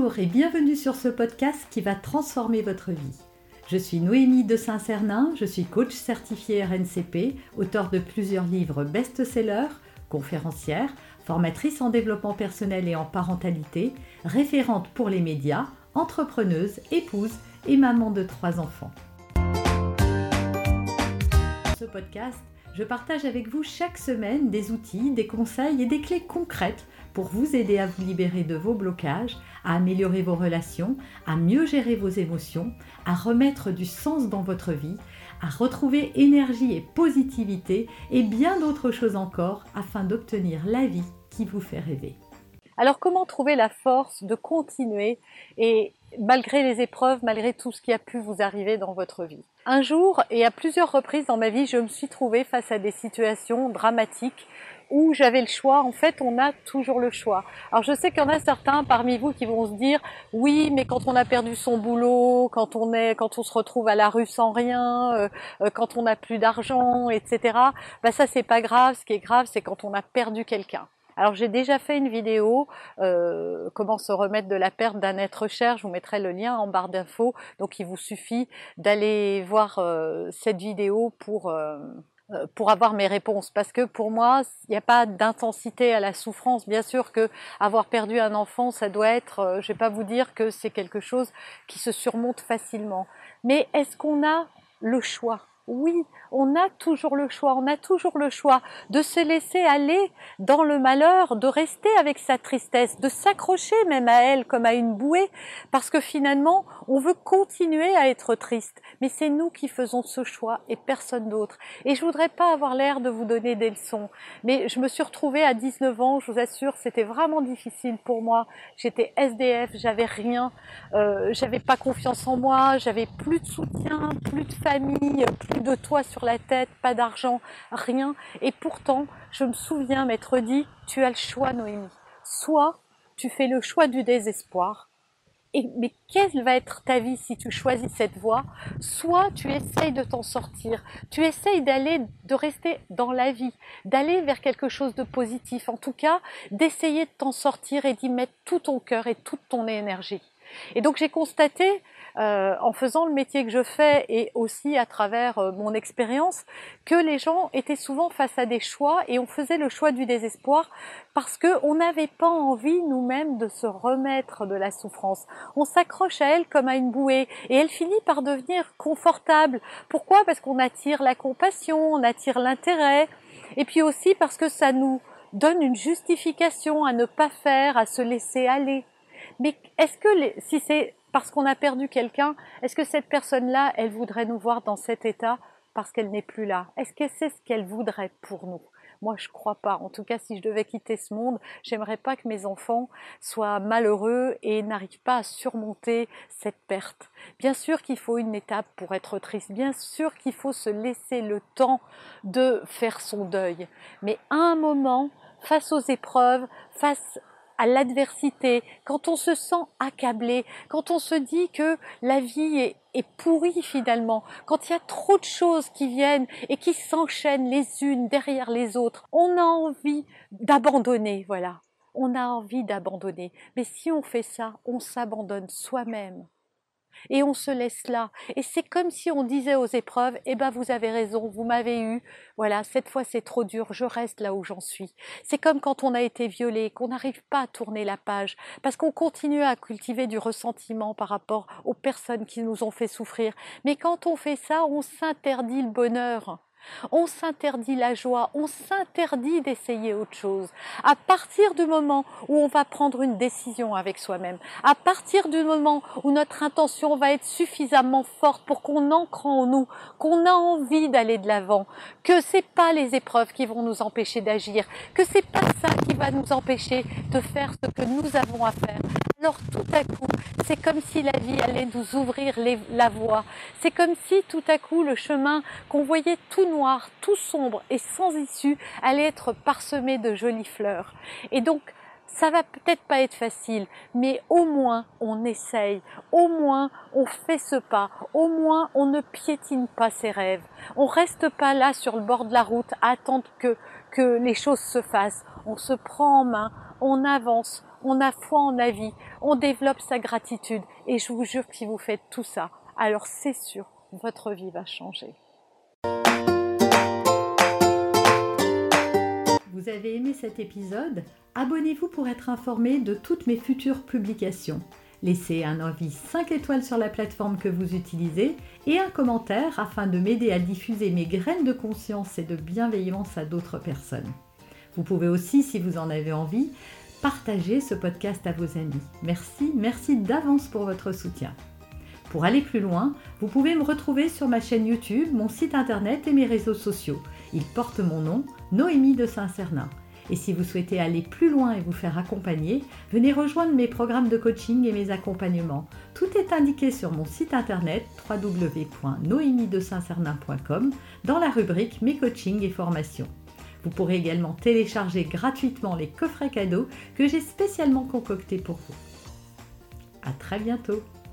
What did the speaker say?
Bonjour et bienvenue sur ce podcast qui va transformer votre vie. Je suis Noémie de Saint-Cernin, je suis coach certifiée RNCP, auteure de plusieurs livres best-sellers, conférencière, formatrice en développement personnel et en parentalité, référente pour les médias, entrepreneuse, épouse et maman de 3 enfants. Dans ce podcast, je partage avec vous chaque semaine des outils, des conseils et des clés concrètes pour vous aider à vous libérer de vos blocages, à améliorer vos relations, à mieux gérer vos émotions, à remettre du sens dans votre vie, à retrouver énergie et positivité et bien d'autres choses encore afin d'obtenir la vie qui vous fait rêver. Alors comment trouver la force de continuer et malgré les épreuves, malgré tout ce qui a pu vous arriver dans votre vie? Un jour et à plusieurs reprises dans ma vie, je me suis trouvée face à des situations dramatiques où j'avais le choix. En fait, on a toujours le choix. Alors je sais qu'il y en a certains parmi vous qui vont se dire oui, mais quand on a perdu son boulot, quand on se retrouve à la rue sans rien, quand on n'a plus d'argent, etc. Ça c'est pas grave. Ce qui est grave, c'est quand on a perdu quelqu'un. Alors j'ai déjà fait une vidéo, comment se remettre de la perte d'un être cher, je vous mettrai le lien en barre d'infos, donc il vous suffit d'aller voir cette vidéo pour avoir mes réponses, parce que pour moi, il n'y a pas d'intensité à la souffrance. Bien sûr que avoir perdu un enfant, ça doit être, je vais pas vous dire que c'est quelque chose qui se surmonte facilement, mais est-ce qu'on a le choix ? Oui, on a toujours le choix, on a toujours le choix de se laisser aller dans le malheur, de rester avec sa tristesse, de s'accrocher même à elle comme à une bouée, parce que finalement, on veut continuer à être triste, mais c'est nous qui faisons ce choix et personne d'autre. Et je voudrais pas avoir l'air de vous donner des leçons, mais je me suis retrouvée à 19 ans, je vous assure, c'était vraiment difficile pour moi. J'étais SDF, j'avais rien, j'avais pas confiance en moi, j'avais plus de soutien, plus de famille, plus de toit sur la tête, pas d'argent, rien. Et pourtant, je me souviens m'être dit, tu as le choix, Noémie. Soit tu fais le choix du désespoir, mais quelle va être ta vie si tu choisis cette voie? Soit tu essayes de t'en sortir, tu essayes de rester dans la vie, d'aller vers quelque chose de positif, en tout cas, d'essayer de t'en sortir et d'y mettre tout ton cœur et toute ton énergie. Et donc j'ai constaté, en faisant le métier que je fais et aussi à travers mon expérience, que les gens étaient souvent face à des choix et on faisait le choix du désespoir parce qu'on n'avait pas envie nous-mêmes de se remettre de la souffrance. On s'accroche à elle comme à une bouée et elle finit par devenir confortable. Pourquoi ? Parce qu'on attire la compassion, on attire l'intérêt et puis aussi parce que ça nous donne une justification à ne pas faire, à se laisser aller. Mais est-ce que si c'est parce qu'on a perdu quelqu'un, est-ce que cette personne-là, elle voudrait nous voir dans cet état parce qu'elle n'est plus là? Est-ce que c'est ce qu'elle voudrait pour nous? Moi, je crois pas. En tout cas, si je devais quitter ce monde, j'aimerais pas que mes enfants soient malheureux et n'arrivent pas à surmonter cette perte. Bien sûr qu'il faut une étape pour être triste. Bien sûr qu'il faut se laisser le temps de faire son deuil. Mais à un moment, face aux épreuves, face à l'adversité, quand on se sent accablé, quand on se dit que la vie est pourrie finalement, quand il y a trop de choses qui viennent et qui s'enchaînent les unes derrière les autres, on a envie d'abandonner, voilà. On a envie d'abandonner. Mais si on fait ça, on s'abandonne soi-même. Et on se laisse là. Et c'est comme si on disait aux épreuves, eh ben vous avez raison, vous m'avez eu, voilà, cette fois c'est trop dur, je reste là où j'en suis. C'est comme quand on a été violé, qu'on n'arrive pas à tourner la page, parce qu'on continue à cultiver du ressentiment par rapport aux personnes qui nous ont fait souffrir. Mais quand on fait ça, on s'interdit le bonheur. On s'interdit la joie, on s'interdit d'essayer autre chose. À partir du moment où on va prendre une décision avec soi-même, à partir du moment où notre intention va être suffisamment forte pour qu'on ancre en nous, qu'on a envie d'aller de l'avant, que c'est pas les épreuves qui vont nous empêcher d'agir, que c'est pas ça qui va nous empêcher de faire ce que nous avons à faire. Alors tout à coup, c'est comme si la vie allait nous ouvrir la voie. C'est comme si tout à coup le chemin qu'on voyait tout noir, tout sombre et sans issue allait être parsemé de jolies fleurs. Et donc, ça va peut-être pas être facile, mais au moins on essaye, au moins on fait ce pas, au moins on ne piétine pas ses rêves. On reste pas là sur le bord de la route à attendre que les choses se fassent. On se prend en main, on avance, on a foi en la vie, on développe sa gratitude. Et je vous jure que si vous faites tout ça, alors c'est sûr, votre vie va changer. Vous avez aimé cet épisode? Abonnez-vous pour être informé de toutes mes futures publications. Laissez un avis 5 étoiles sur la plateforme que vous utilisez et un commentaire afin de m'aider à diffuser mes graines de conscience et de bienveillance à d'autres personnes. Vous pouvez aussi, si vous en avez envie, partager ce podcast à vos amis. Merci d'avance pour votre soutien. Pour aller plus loin, vous pouvez me retrouver sur ma chaîne YouTube, mon site internet et mes réseaux sociaux. Ils portent mon nom, Noémie de Saint-Cernin. Et si vous souhaitez aller plus loin et vous faire accompagner, venez rejoindre mes programmes de coaching et mes accompagnements. Tout est indiqué sur mon site internet www.noemiedesaintcernin.com dans la rubrique Mes coachings et formations. Vous pourrez également télécharger gratuitement les coffrets cadeaux que j'ai spécialement concoctés pour vous. À très bientôt!